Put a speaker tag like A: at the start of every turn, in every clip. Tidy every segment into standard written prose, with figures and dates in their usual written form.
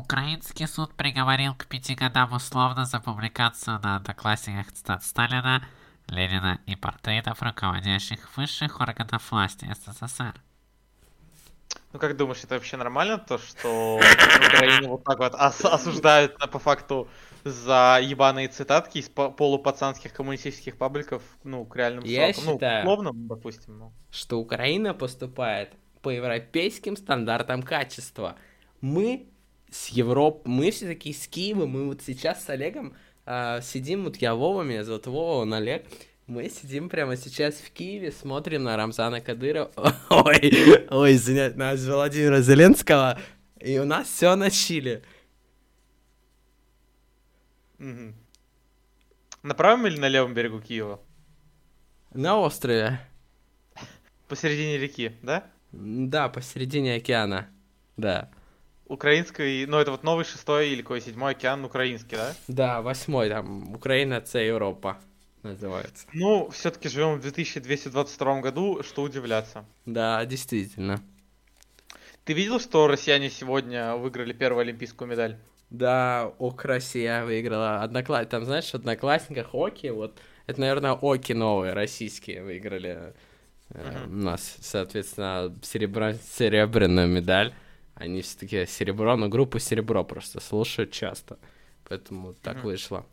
A: Украинский суд приговорил к 5 годам условно за публикацию на Одноклассниках цитат Сталина, Ленина и портретов руководящих высших органов власти СССР.
B: Ну, как думаешь, это вообще нормально, то, что Украину вот так вот осуждают по факту за ебаные цитатки из полупацанских коммунистических пабликов, ну, к реальным
C: Я
B: срокам? Ну,
C: считаю,
B: условным, допустим, ну.
C: что Украина поступает по европейским стандартам качества. Мы мы все такие с Киева, мы вот сейчас с Олегом сидим, вот я Вова, меня зовут Вова, он Олег, мы сидим прямо сейчас в Киеве, смотрим на Рамзана Кадырова, ой, извиняюсь, на Владимира Зеленского, и у нас все на чиле.
B: Мгм. На правом или на левом берегу Киева?
C: На острове.
B: Посередине реки, да?
C: Да, посередине океана, да.
B: Украинской, ну это вот новый 6-й или какой 7-й океан украинский, да?
C: Да, 8-й, там, Украина, це Европа называется.
B: Ну, все-таки живем в 2222 году, что удивляться.
C: Да, действительно.
B: Ты видел, что россияне сегодня выиграли первую олимпийскую медаль?
C: Да, Россия выиграла. Там, знаешь, в Одноклассниках Оки, вот, это, наверное, Оки новые, российские выиграли. У нас, соответственно, серебряную медаль. Они все-таки серебро, но группу серебро просто слушают часто. Поэтому так вышло.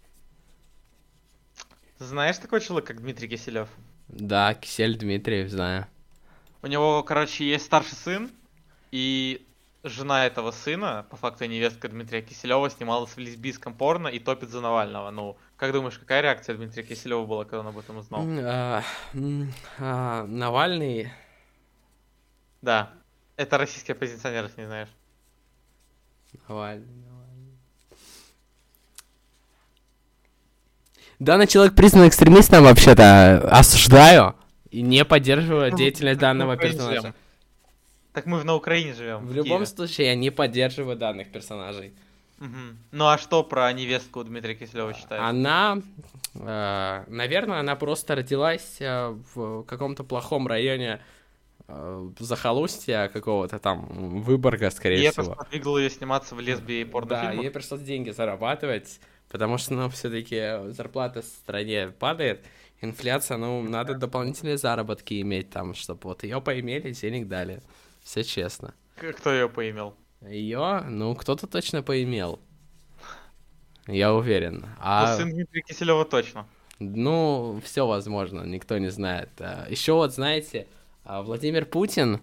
B: Знаешь такой человек, как Дмитрий Киселев?
C: Да, Кисель Дмитриев, знаю.
B: У него, короче, есть старший сын, и жена этого сына, по факту невестка Дмитрия Киселева, снималась в лесбийском порно и топит за Навального. Ну, как думаешь, какая реакция Дмитрия Киселева была, когда он об этом узнал?
C: Навальный...
B: Да, это российский оппозиционер, если не знаешь.
C: Навальный. Данный человек признан экстремистом, вообще-то осуждаю и не поддерживаю деятельность данного персонажа.
B: Так мы на Украине живем.
C: В любом случае, я не поддерживаю данных персонажей.
B: Ну а что про невестку Дмитрия Киселева считаешь?
C: Она, наверное, она просто родилась в каком-то плохом районе захолустья какого-то там, Выборга, скорее
B: и
C: всего.
B: И это сподвигло ее сниматься в лесби и порнофильмах?
C: Да, ей пришлось деньги зарабатывать, потому что, ну, все-таки зарплата в стране падает, инфляция, ну, надо дополнительные заработки иметь там, чтобы вот ее поимели, денег дали. Все честно.
B: Кто ее поимел?
C: Ее, ну, кто-то точно поимел. Я уверен.
B: Ну, сын Дмитрия Киселева точно.
C: Ну, все возможно, никто не знает. Еще вот, знаете, Владимир Путин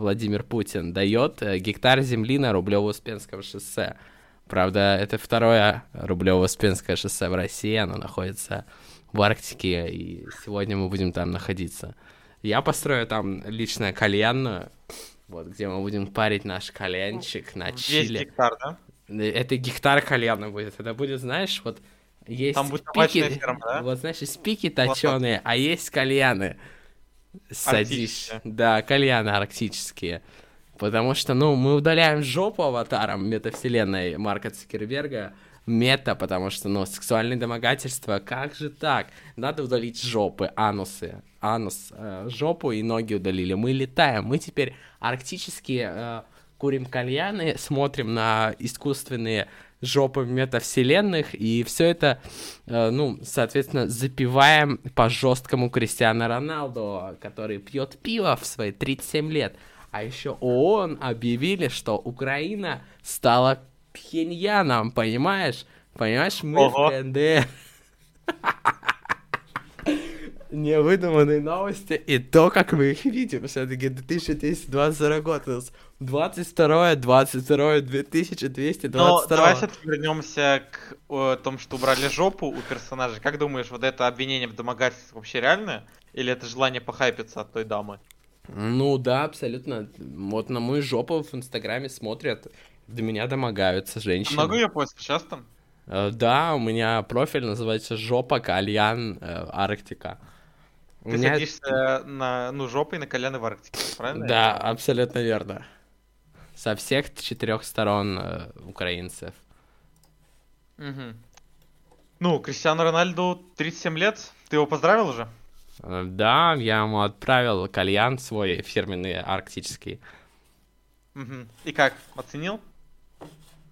C: дает гектар земли на Рублево-Успенском шоссе. Правда, это второе Рублево-Успенское шоссе в России, оно находится в Арктике, и сегодня мы будем там находиться. Я построю там лично кальянную, вот, где мы будем парить наш кальянчик на чиле.
B: 10 гектар, да?
C: Это гектар кальяна будет. Это будет, знаешь, вот есть
B: там будет
C: пики,
B: ферма, да?
C: вот, знаешь, есть пики точеные, а есть кальяны. Садишь. Да, кальяны арктические. Потому что, ну, мы удаляем жопу аватарам метавселенной Марка Цукерберга. Мета, потому что, ну, сексуальные домогательства, как же так? Надо удалить жопы, анусы. Жопу и ноги удалили. Мы летаем. Мы теперь арктические курим кальяны, смотрим на искусственные жопы метавселенных, и все это, ну, соответственно, запиваем по жесткому Криштиану Роналду, который пьет пиво в свои 37 лет. А еще ООН объявили, что Украина стала Пхеньяном, понимаешь? Понимаешь, мы в КНДР. Невыдуманные новости и то, как мы их видим. Все-таки 2222 год. 2222.
B: Но давай все-таки вернемся к тому, что убрали жопу у персонажей. Как думаешь, вот это обвинение в домогательстве вообще реальное? Или это желание похайпиться от той дамы?
C: Ну да, абсолютно. Вот на мою жопу в Инстаграме смотрят, до меня домогаются женщины.
B: Много ее постишь часто?
C: Да, у меня профиль называется «Жопа кальян Арктика».
B: Ты садишься жопой на кальяны в Арктике, правильно?
C: Да, абсолютно верно. Со всех 4 сторон украинцев.
B: Ну, Криштиану Рональду 37 лет. Ты его поздравил уже?
C: Да, я ему отправил кальян свой фирменный арктический.
B: И как, оценил?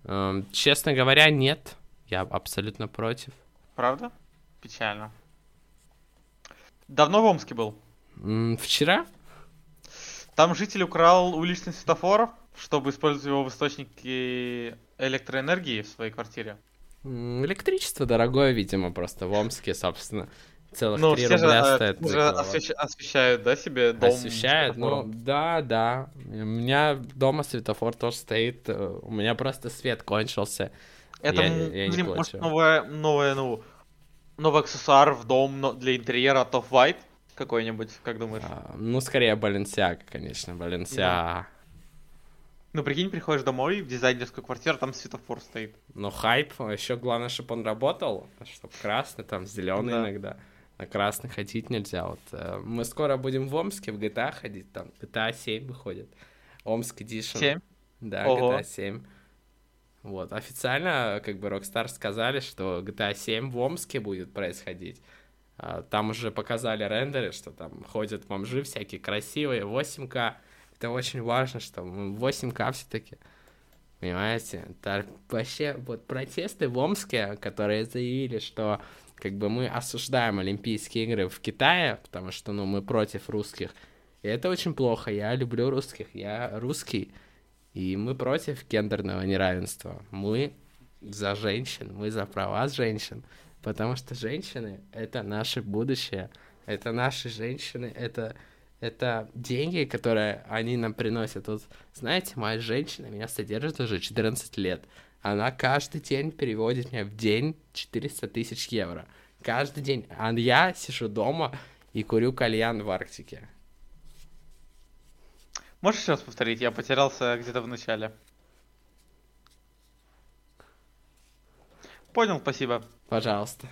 C: Честно говоря, нет. Я абсолютно против.
B: Правда? Печально. Давно в Омске был?
C: Вчера?
B: Там житель украл уличный светофор, чтобы использовать его в источнике электроэнергии в своей квартире.
C: Электричество дорогое, видимо, просто в Омске, собственно. Целых
B: Ну,
C: 3
B: все же,
C: рубля стоит
B: все
C: за
B: же
C: киловатт.
B: освещают, да, себе дом
C: Освещает? Ну,
B: светофором?
C: да. У меня дома светофор тоже стоит. У меня просто свет кончился.
B: Это,
C: Я не
B: может,
C: плачу.
B: новый аксессуар в дом для интерьера от Off-White какой-нибудь, как думаешь?
C: Ну, скорее Balenciaga, конечно, Balenciaga.
B: Ну, прикинь, приходишь домой в дизайнерскую квартиру, там светофор стоит.
C: Ну, хайп. Еще главное, чтобы он работал. Чтобы красный, там, зеленый
B: Да.
C: иногда. На красный ходить нельзя. Вот мы скоро будем в Омске в GTA ходить. Там GTA 7 выходит. Омск Edition.
B: 7?
C: Да,
B: Ого.
C: GTA 7. Вот, официально, как бы, Rockstar сказали, что GTA 7 в Омске будет происходить. Там уже показали рендеры, что там ходят бомжи всякие красивые, 8К. Это очень важно, что мы 8К все-таки. Понимаете? Это вообще вот протесты в Омске, которые заявили, что как бы мы осуждаем Олимпийские игры в Китае, потому что, ну, мы против русских. И это очень плохо. Я люблю русских. Я русский. И мы против гендерного неравенства. Мы за женщин, мы за права женщин. Потому что женщины — это наше будущее. Это наши женщины, это деньги, которые они нам приносят. Вот, знаете, моя женщина меня содержит уже 14 лет. Она каждый день переводит мне в день 400 тысяч евро. Каждый день. А я сижу дома и курю кальян в Арктике.
B: Можешь еще раз повторить? Я потерялся где-то в начале. Понял, спасибо.
C: Пожалуйста.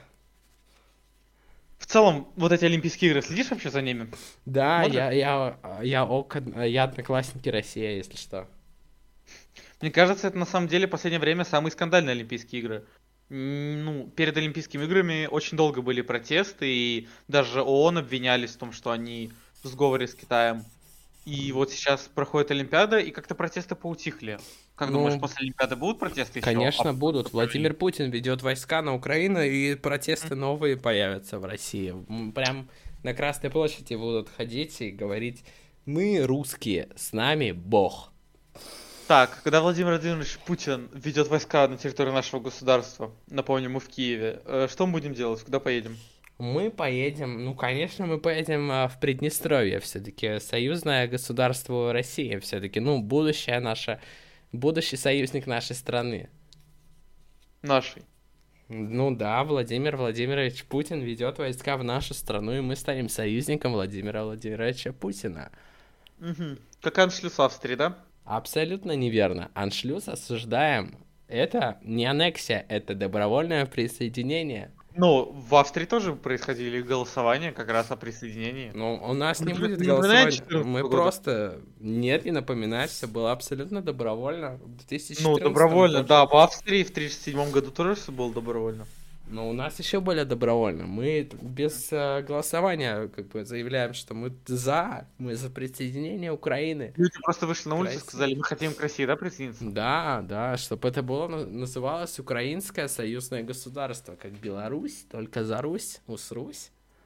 B: В целом, вот эти Олимпийские игры, следишь вообще за ними?
C: Да,
B: Смотришь?
C: я одноклассники России, если что.
B: Мне кажется, это на самом деле в последнее время самые скандальные Олимпийские игры. Ну, перед Олимпийскими играми очень долго были протесты, и даже ООН обвинялись в том, что они в сговоре с Китаем. И вот сейчас проходит Олимпиада, и как-то протесты поутихли. Как думаешь,
C: Ну,
B: после Олимпиады будут протесты еще?
C: конечно, будут. Владимир Путин ведет войска на Украину, и протесты новые появятся в России. Прям на Красной площади будут ходить и говорить: мы русские, с нами Бог.
B: Так, когда Владимир Владимирович Путин ведет войска на территорию нашего государства, напомню, мы в Киеве, что мы будем делать? Куда поедем?
C: Мы поедем, ну, конечно, мы поедем в Приднестровье, все-таки союзное государство России, все-таки, ну, будущее наше, будущий союзник нашей страны.
B: Нашей.
C: Ну да, Владимир Владимирович Путин ведет войска в нашу страну, и мы станем союзником Владимира Владимировича Путина.
B: Угу. Как аншлюс Австрии, да?
C: Абсолютно неверно. Аншлюз осуждаем. Это не аннексия, это добровольное присоединение.
B: Ну, в Австрии тоже происходили голосования как раз о присоединении.
C: Ну, у нас не будет
B: Не напоминает
C: голосования.
B: 14
C: Мы
B: года?
C: просто... Нет, не напоминать, все было абсолютно добровольно. В 2014
B: Ну, добровольно,
C: тоже.
B: да, в Австрии в 1937 году тоже все было добровольно.
C: Но у нас еще более добровольно. Мы без голосования как бы заявляем, что мы за присоединение Украины.
B: Люди просто вышли на улицу и
C: Россия.
B: сказали, мы хотим к России, да, присоединиться?
C: Да, чтобы это было называлось Украинское союзное государство, как Беларусь, только за Русь, усрусь,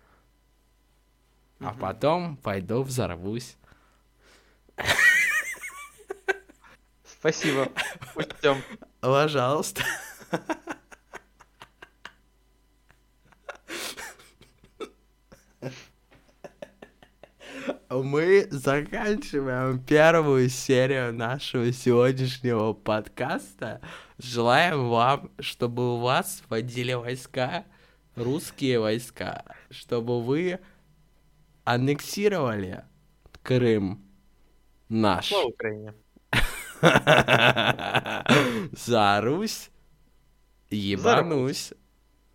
C: а потом пойду взорвусь.
B: Спасибо. Учтем.
C: Пожалуйста. Мы заканчиваем первую серию нашего сегодняшнего подкаста. Желаем вам, чтобы у вас водили войска, русские войска, чтобы вы аннексировали Крым наш.
B: Слава Украине.
C: За Русь ебанусь.